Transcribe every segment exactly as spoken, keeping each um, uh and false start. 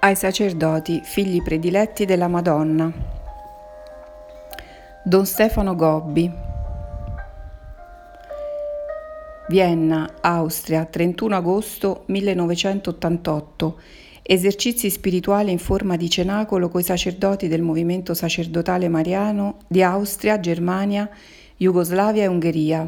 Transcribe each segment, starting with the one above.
Ai sacerdoti, figli prediletti della Madonna. Don Stefano Gobbi. Vienna, Austria, trentuno agosto millenovecentottantotto. Esercizi spirituali in forma di cenacolo coi sacerdoti del movimento sacerdotale mariano di Austria, Germania, Jugoslavia e Ungheria.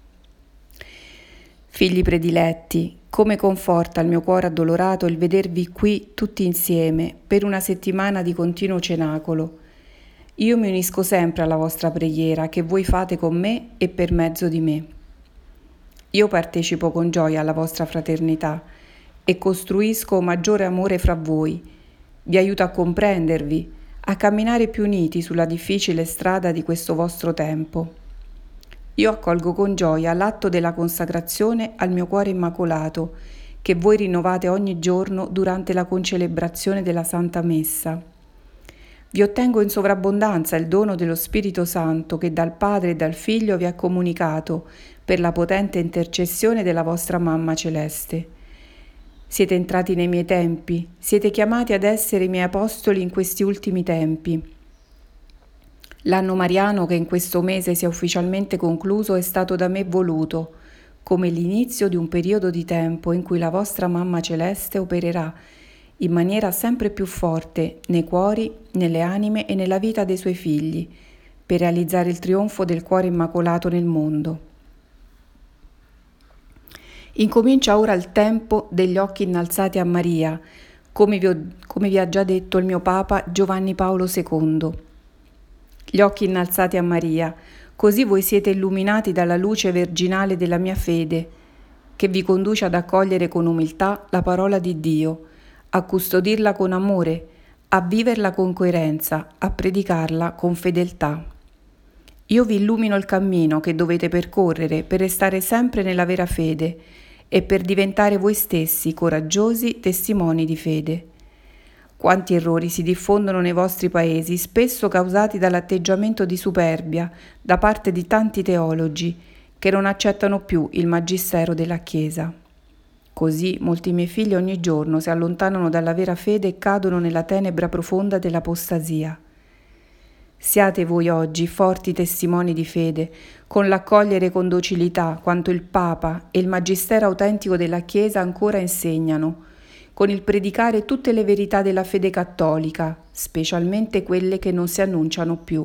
Figli prediletti, come conforta il mio cuore addolorato il vedervi qui tutti insieme per una settimana di continuo cenacolo. Io mi unisco sempre alla vostra preghiera che voi fate con me e per mezzo di me. Io partecipo con gioia alla vostra fraternità e costruisco maggiore amore fra voi. Vi aiuto a comprendervi, a camminare più uniti sulla difficile strada di questo vostro tempo. Io accolgo con gioia l'atto della consacrazione al mio cuore immacolato, che voi rinnovate ogni giorno durante la concelebrazione della Santa Messa. Vi ottengo in sovrabbondanza il dono dello Spirito Santo che dal Padre e dal Figlio vi ha comunicato per la potente intercessione della vostra Mamma Celeste. Siete entrati nei miei tempi, siete chiamati ad essere i miei apostoli in questi ultimi tempi. L'anno mariano che in questo mese si è ufficialmente concluso è stato da me voluto, come l'inizio di un periodo di tempo in cui la vostra Mamma Celeste opererà in maniera sempre più forte nei cuori, nelle anime e nella vita dei suoi figli, per realizzare il trionfo del cuore immacolato nel mondo. Incomincia ora il tempo degli occhi innalzati a Maria, come vi, ho, come vi ha già detto il mio Papa Giovanni Paolo secondo. Gli occhi innalzati a Maria, così voi siete illuminati dalla luce virginale della mia fede, che vi conduce ad accogliere con umiltà la parola di Dio, a custodirla con amore, a viverla con coerenza, a predicarla con fedeltà. Io vi illumino il cammino che dovete percorrere per restare sempre nella vera fede e per diventare voi stessi coraggiosi testimoni di fede. Quanti errori si diffondono nei vostri paesi, spesso causati dall'atteggiamento di superbia da parte di tanti teologi che non accettano più il magistero della Chiesa. Così molti miei figli ogni giorno si allontanano dalla vera fede e cadono nella tenebra profonda dell'apostasia. Siate voi oggi forti testimoni di fede, con l'accogliere con docilità quanto il Papa e il magistero autentico della Chiesa ancora insegnano, con il predicare tutte le verità della fede cattolica, specialmente quelle che non si annunciano più.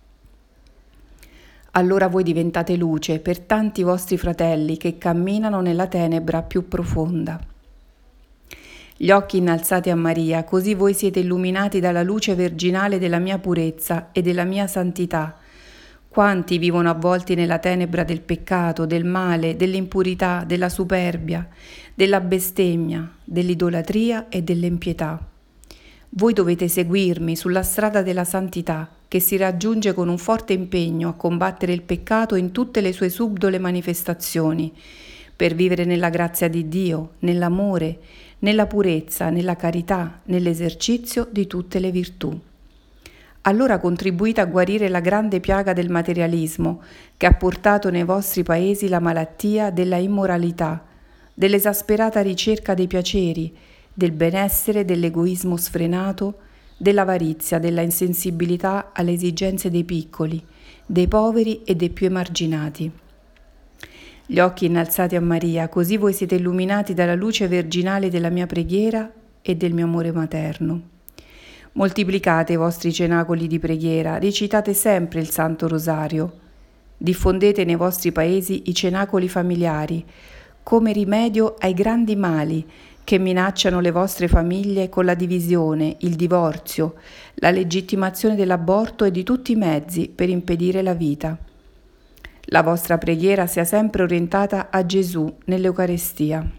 Allora voi diventate luce per tanti vostri fratelli che camminano nella tenebra più profonda. Gli occhi innalzati a Maria, così voi siete illuminati dalla luce virginale della mia purezza e della mia santità. Quanti vivono avvolti nella tenebra del peccato, del male, dell'impurità, della superbia, della bestemmia, dell'idolatria e dell'impietà. Voi dovete seguirmi sulla strada della santità, che si raggiunge con un forte impegno a combattere il peccato in tutte le sue subdole manifestazioni, per vivere nella grazia di Dio, nell'amore, nella purezza, nella carità, nell'esercizio di tutte le virtù. Allora contribuite a guarire la grande piaga del materialismo che ha portato nei vostri paesi la malattia della immoralità, dell'esasperata ricerca dei piaceri, del benessere, dell'egoismo sfrenato, dell'avarizia, della insensibilità alle esigenze dei piccoli, dei poveri e dei più emarginati. Gli occhi innalzati a Maria, così voi siete illuminati dalla luce virginale della mia preghiera e del mio amore materno. Moltiplicate i vostri cenacoli di preghiera, recitate sempre il Santo Rosario. Diffondete nei vostri paesi i cenacoli familiari, come rimedio ai grandi mali che minacciano le vostre famiglie con la divisione, il divorzio, la legittimazione dell'aborto e di tutti i mezzi per impedire la vita. La vostra preghiera sia sempre orientata a Gesù nell'Eucarestia.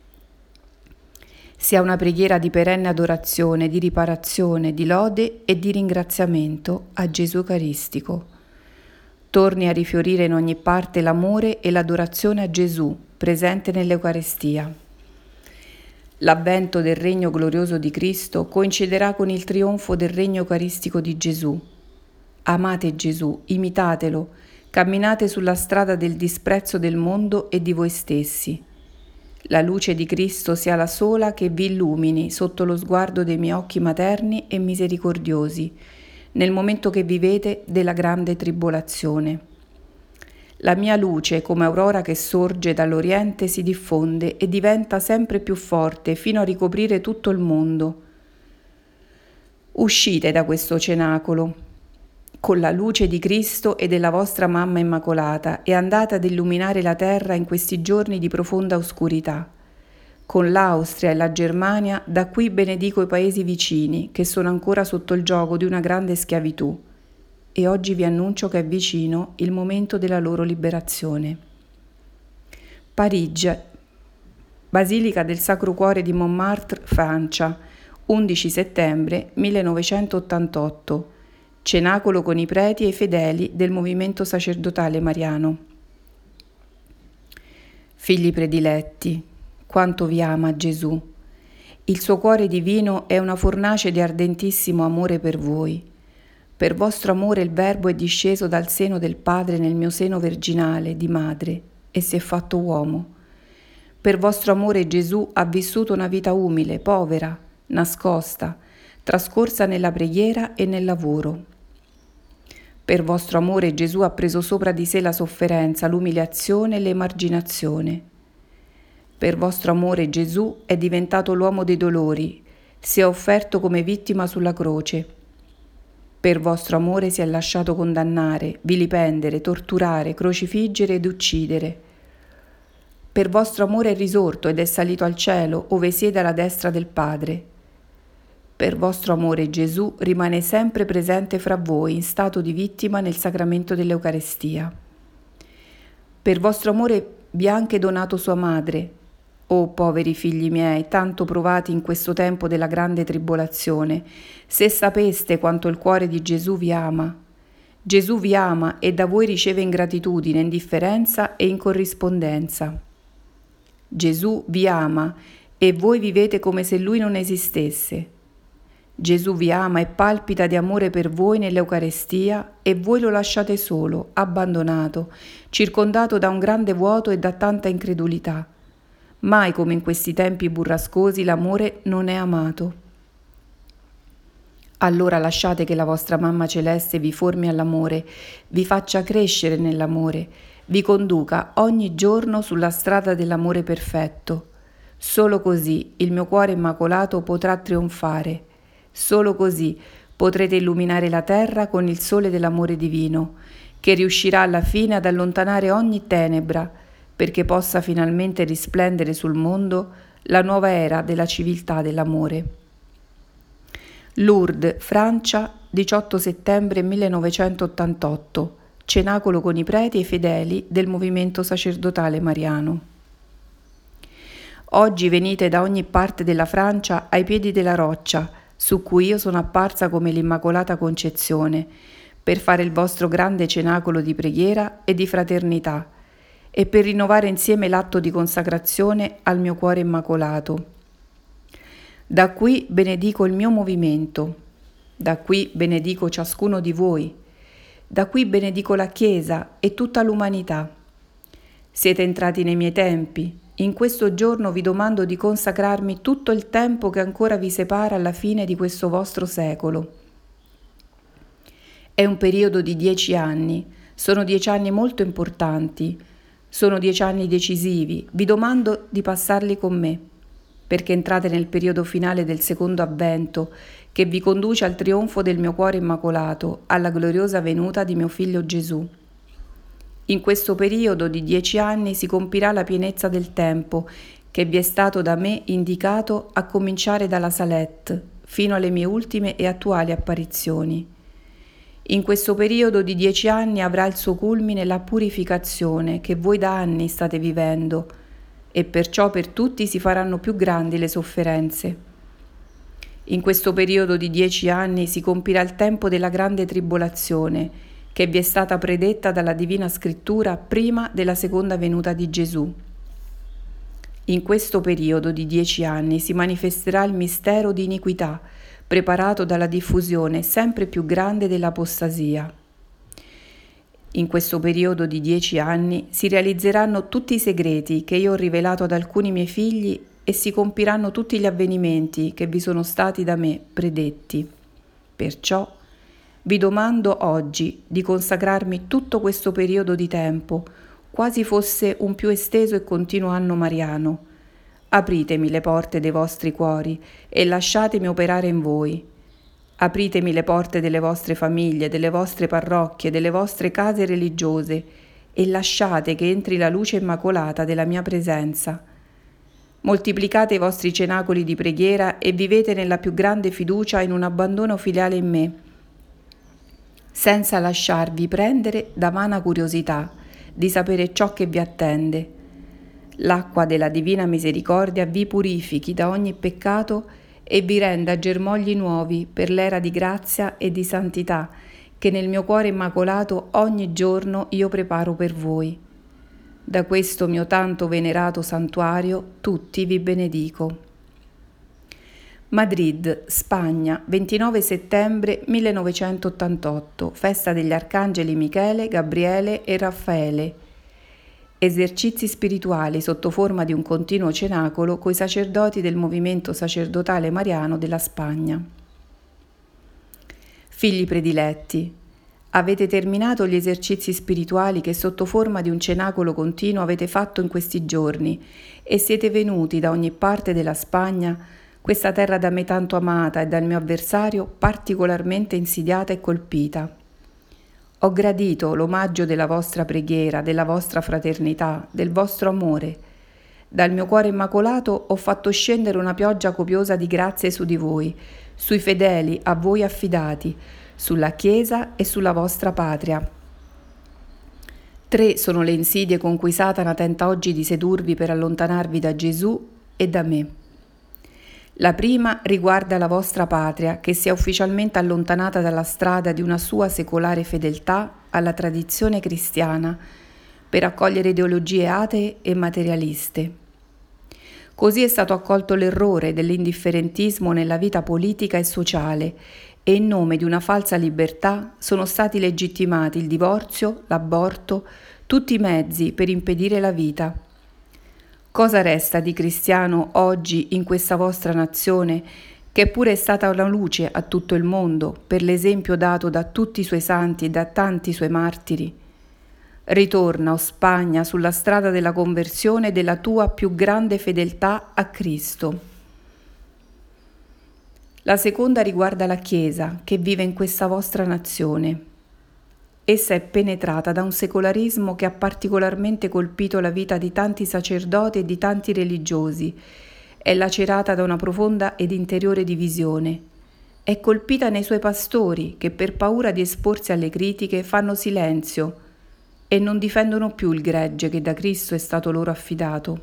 Sia una preghiera di perenne adorazione, di riparazione, di lode e di ringraziamento a Gesù Eucaristico. Torni a rifiorire in ogni parte l'amore e l'adorazione a Gesù, presente nell'Eucarestia. L'avvento del regno glorioso di Cristo coinciderà con il trionfo del regno eucaristico di Gesù. Amate Gesù, imitatelo, camminate sulla strada del disprezzo del mondo e di voi stessi. La luce di Cristo sia la sola che vi illumini sotto lo sguardo dei miei occhi materni e misericordiosi, nel momento che vivete della grande tribolazione. La mia luce, come aurora che sorge dall'Oriente, si diffonde e diventa sempre più forte fino a ricoprire tutto il mondo. Uscite da questo cenacolo con la luce di Cristo e della vostra Mamma Immacolata e andate ad illuminare la terra in questi giorni di profonda oscurità. Con l'Austria e la Germania, da qui benedico i paesi vicini che sono ancora sotto il giogo di una grande schiavitù. E oggi vi annuncio che è vicino il momento della loro liberazione. Parigi, Basilica del Sacro Cuore di Montmartre, Francia, undici settembre millenovecentottantotto. Cenacolo con i preti e i fedeli del movimento sacerdotale mariano. Figli prediletti, quanto vi ama Gesù. Il suo cuore divino è una fornace di ardentissimo amore per voi. Per vostro amore il Verbo è disceso dal seno del Padre nel mio seno virginale di madre e si è fatto uomo. Per vostro amore Gesù ha vissuto una vita umile, povera, nascosta, trascorsa nella preghiera e nel lavoro. Per vostro amore Gesù ha preso sopra di sé la sofferenza, l'umiliazione e l'emarginazione. Per vostro amore Gesù è diventato l'uomo dei dolori, si è offerto come vittima sulla croce. Per vostro amore si è lasciato condannare, vilipendere, torturare, crocifiggere ed uccidere. Per vostro amore è risorto ed è salito al cielo, ove siede alla destra del Padre. Per vostro amore Gesù rimane sempre presente fra voi in stato di vittima nel sacramento dell'Eucarestia. Per vostro amore vi ha anche donato sua madre. O poveri figli miei, tanto provati in questo tempo della grande tribolazione, se sapeste quanto il cuore di Gesù vi ama. Gesù vi ama e da voi riceve ingratitudine, indifferenza e incorrispondenza. Gesù vi ama e voi vivete come se Lui non esistesse. Gesù vi ama e palpita di amore per voi nell'Eucarestia e voi lo lasciate solo, abbandonato, circondato da un grande vuoto e da tanta incredulità. Mai come in questi tempi burrascosi l'amore non è amato. Allora lasciate che la vostra Mamma Celeste vi formi all'amore, vi faccia crescere nell'amore, vi conduca ogni giorno sulla strada dell'amore perfetto. Solo così il mio cuore immacolato potrà trionfare. Solo così potrete illuminare la terra con il sole dell'amore divino, che riuscirà alla fine ad allontanare ogni tenebra, perché possa finalmente risplendere sul mondo la nuova era della civiltà dell'amore. Lourdes, Francia, diciotto settembre millenovecentottantotto. Cenacolo con i preti e i fedeli del movimento sacerdotale mariano. Oggi venite da ogni parte della Francia ai piedi della roccia, su cui io sono apparsa come l'Immacolata Concezione, per fare il vostro grande cenacolo di preghiera e di fraternità, e per rinnovare insieme l'atto di consacrazione al mio cuore immacolato. Da qui benedico il mio movimento, da qui benedico ciascuno di voi, da qui benedico la Chiesa e tutta l'umanità. Siete entrati nei miei tempi. In questo giorno vi domando di consacrarmi tutto il tempo che ancora vi separa alla fine di questo vostro secolo. È un periodo di dieci anni, sono dieci anni molto importanti, sono dieci anni decisivi, vi domando di passarli con me, perché entrate nel periodo finale del secondo avvento, che vi conduce al trionfo del mio cuore immacolato, alla gloriosa venuta di mio figlio Gesù. In questo periodo di dieci anni si compirà la pienezza del tempo che vi è stato da me indicato a cominciare dalla Salette fino alle mie ultime e attuali apparizioni. In questo periodo di dieci anni avrà il suo culmine la purificazione che voi da anni state vivendo e perciò per tutti si faranno più grandi le sofferenze. In questo periodo di dieci anni si compirà il tempo della grande tribolazione che vi è stata predetta dalla Divina Scrittura prima della seconda venuta di Gesù. In questo periodo di dieci anni si manifesterà il mistero di iniquità, preparato dalla diffusione sempre più grande dell'apostasia. In questo periodo di dieci anni si realizzeranno tutti i segreti che io ho rivelato ad alcuni miei figli e si compiranno tutti gli avvenimenti che vi sono stati da me predetti. Perciò vi domando oggi di consacrarmi tutto questo periodo di tempo, quasi fosse un più esteso e continuo anno mariano. Apritemi le porte dei vostri cuori e lasciatemi operare in voi. Apritemi le porte delle vostre famiglie, delle vostre parrocchie, delle vostre case religiose e lasciate che entri la luce immacolata della mia presenza. Moltiplicate i vostri cenacoli di preghiera e vivete nella più grande fiducia in un abbandono filiale in me, senza lasciarvi prendere da vana curiosità di sapere ciò che vi attende. L'acqua della divina misericordia vi purifichi da ogni peccato e vi renda germogli nuovi per l'era di grazia e di santità che nel mio cuore immacolato ogni giorno io preparo per voi. Da questo mio tanto venerato santuario tutti vi benedico. Madrid, Spagna, ventinove settembre millenovecentottantotto, festa degli arcangeli Michele, Gabriele e Raffaele. Esercizi spirituali sotto forma di un continuo cenacolo coi sacerdoti del movimento sacerdotale mariano della Spagna. Figli prediletti, avete terminato gli esercizi spirituali che sotto forma di un cenacolo continuo avete fatto in questi giorni e siete venuti da ogni parte della Spagna, questa terra da me tanto amata e dal mio avversario particolarmente insidiata e colpita. Ho gradito l'omaggio della vostra preghiera, della vostra fraternità, del vostro amore. Dal mio cuore immacolato ho fatto scendere una pioggia copiosa di grazie su di voi, sui fedeli a voi affidati, sulla Chiesa e sulla vostra patria. Tre sono le insidie con cui Satana tenta oggi di sedurvi per allontanarvi da Gesù e da me. La prima riguarda la vostra patria, che si è ufficialmente allontanata dalla strada di una sua secolare fedeltà alla tradizione cristiana per accogliere ideologie atee e materialiste. Così è stato accolto l'errore dell'indifferentismo nella vita politica e sociale e in nome di una falsa libertà sono stati legittimati il divorzio, l'aborto, tutti i mezzi per impedire la vita. Cosa resta di cristiano oggi in questa vostra nazione, che pure è stata una luce a tutto il mondo per l'esempio dato da tutti i suoi santi e da tanti suoi martiri? Ritorna, o Spagna, sulla strada della conversione e della tua più grande fedeltà a Cristo. La seconda riguarda la Chiesa che vive in questa vostra nazione. Essa è penetrata da un secolarismo che ha particolarmente colpito la vita di tanti sacerdoti e di tanti religiosi, è lacerata da una profonda ed interiore divisione, è colpita nei suoi pastori che per paura di esporsi alle critiche fanno silenzio e non difendono più il gregge che da Cristo è stato loro affidato.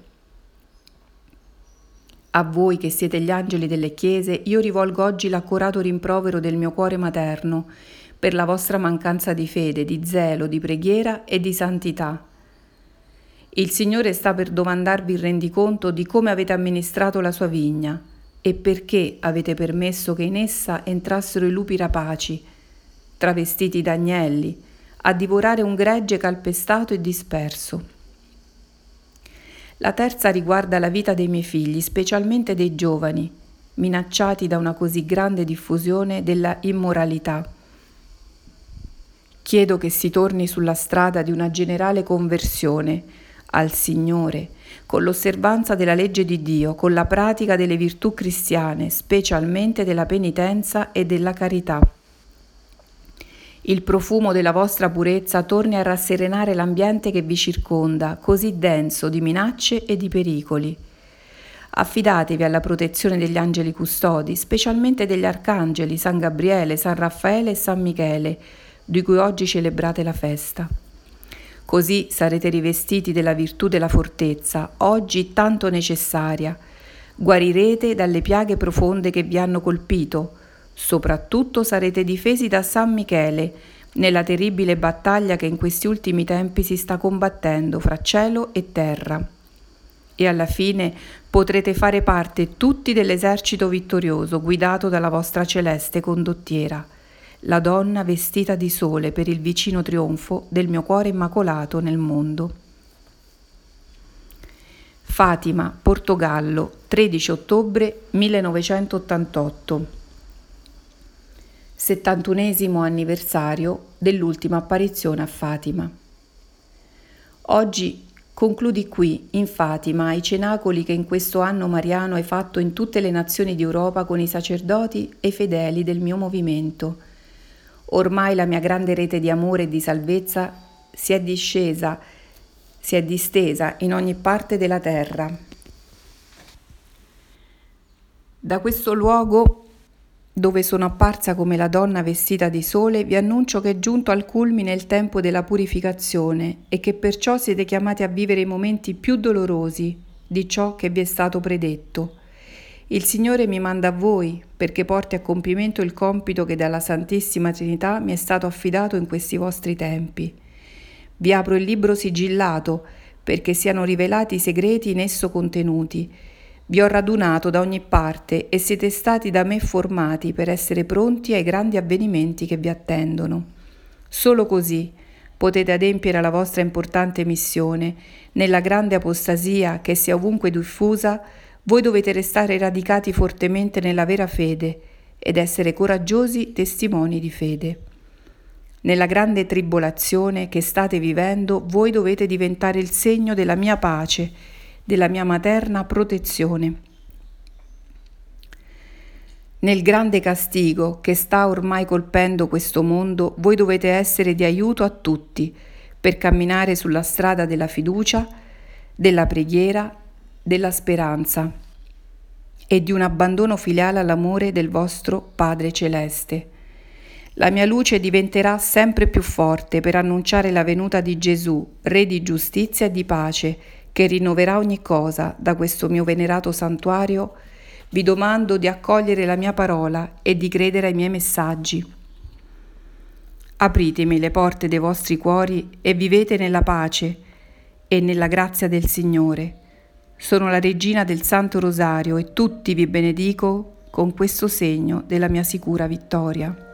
A voi che siete gli angeli delle chiese, io rivolgo oggi l'accorato rimprovero del mio cuore materno per la vostra mancanza di fede, di zelo, di preghiera e di santità. Il Signore sta per domandarvi il rendiconto di come avete amministrato la sua vigna e perché avete permesso che in essa entrassero i lupi rapaci, travestiti da agnelli, a divorare un gregge calpestato e disperso. La terza riguarda la vita dei miei figli, specialmente dei giovani, minacciati da una così grande diffusione della immoralità. Chiedo che si torni sulla strada di una generale conversione al Signore, con l'osservanza della legge di Dio, con la pratica delle virtù cristiane, specialmente della penitenza e della carità. Il profumo della vostra purezza torni a rasserenare l'ambiente che vi circonda, così denso di minacce e di pericoli. Affidatevi alla protezione degli angeli custodi, specialmente degli arcangeli San Gabriele, San Raffaele e San Michele, di cui oggi celebrate la festa. Così sarete rivestiti della virtù della fortezza, oggi tanto necessaria. Guarirete dalle piaghe profonde che vi hanno colpito. Soprattutto sarete difesi da San Michele nella terribile battaglia che in questi ultimi tempi si sta combattendo fra cielo e terra. E alla fine potrete fare parte tutti dell'esercito vittorioso guidato dalla vostra celeste condottiera, la donna vestita di sole per il vicino trionfo del mio cuore immacolato nel mondo. Fatima, Portogallo, tredici ottobre millenovecentottantotto. settantunesimo anniversario dell'ultima apparizione a Fatima. Oggi concludi qui, in Fatima, i cenacoli che in questo anno mariano hai fatto in tutte le nazioni d'Europa con i sacerdoti e i fedeli del mio movimento. Ormai la mia grande rete di amore e di salvezza si è discesa, si è distesa in ogni parte della terra. Da questo luogo, dove sono apparsa come la donna vestita di sole, vi annuncio che è giunto al culmine il tempo della purificazione e che perciò siete chiamati a vivere i momenti più dolorosi di ciò che vi è stato predetto. Il Signore mi manda a voi perché porti a compimento il compito che dalla Santissima Trinità mi è stato affidato in questi vostri tempi. Vi apro il libro sigillato perché siano rivelati i segreti in esso contenuti. Vi ho radunato da ogni parte e siete stati da me formati per essere pronti ai grandi avvenimenti che vi attendono. Solo così potete adempiere la vostra importante missione. Nella grande apostasia che sia ovunque diffusa, voi dovete restare radicati fortemente nella vera fede ed essere coraggiosi testimoni di fede. Nella grande tribolazione che state vivendo, voi dovete diventare il segno della mia pace, della mia materna protezione. Nel grande castigo che sta ormai colpendo questo mondo, voi dovete essere di aiuto a tutti per camminare sulla strada della fiducia, della preghiera, della speranza e di un abbandono filiale all'amore del vostro Padre Celeste. La mia luce diventerà sempre più forte per annunciare la venuta di Gesù, Re di giustizia e di pace, che rinnoverà ogni cosa. Da questo mio venerato santuario vi domando di accogliere la mia parola e di credere ai miei messaggi. Apritemi le porte dei vostri cuori e vivete nella pace e nella grazia del Signore. Sono la regina del Santo Rosario e tutti vi benedico con questo segno della mia sicura vittoria.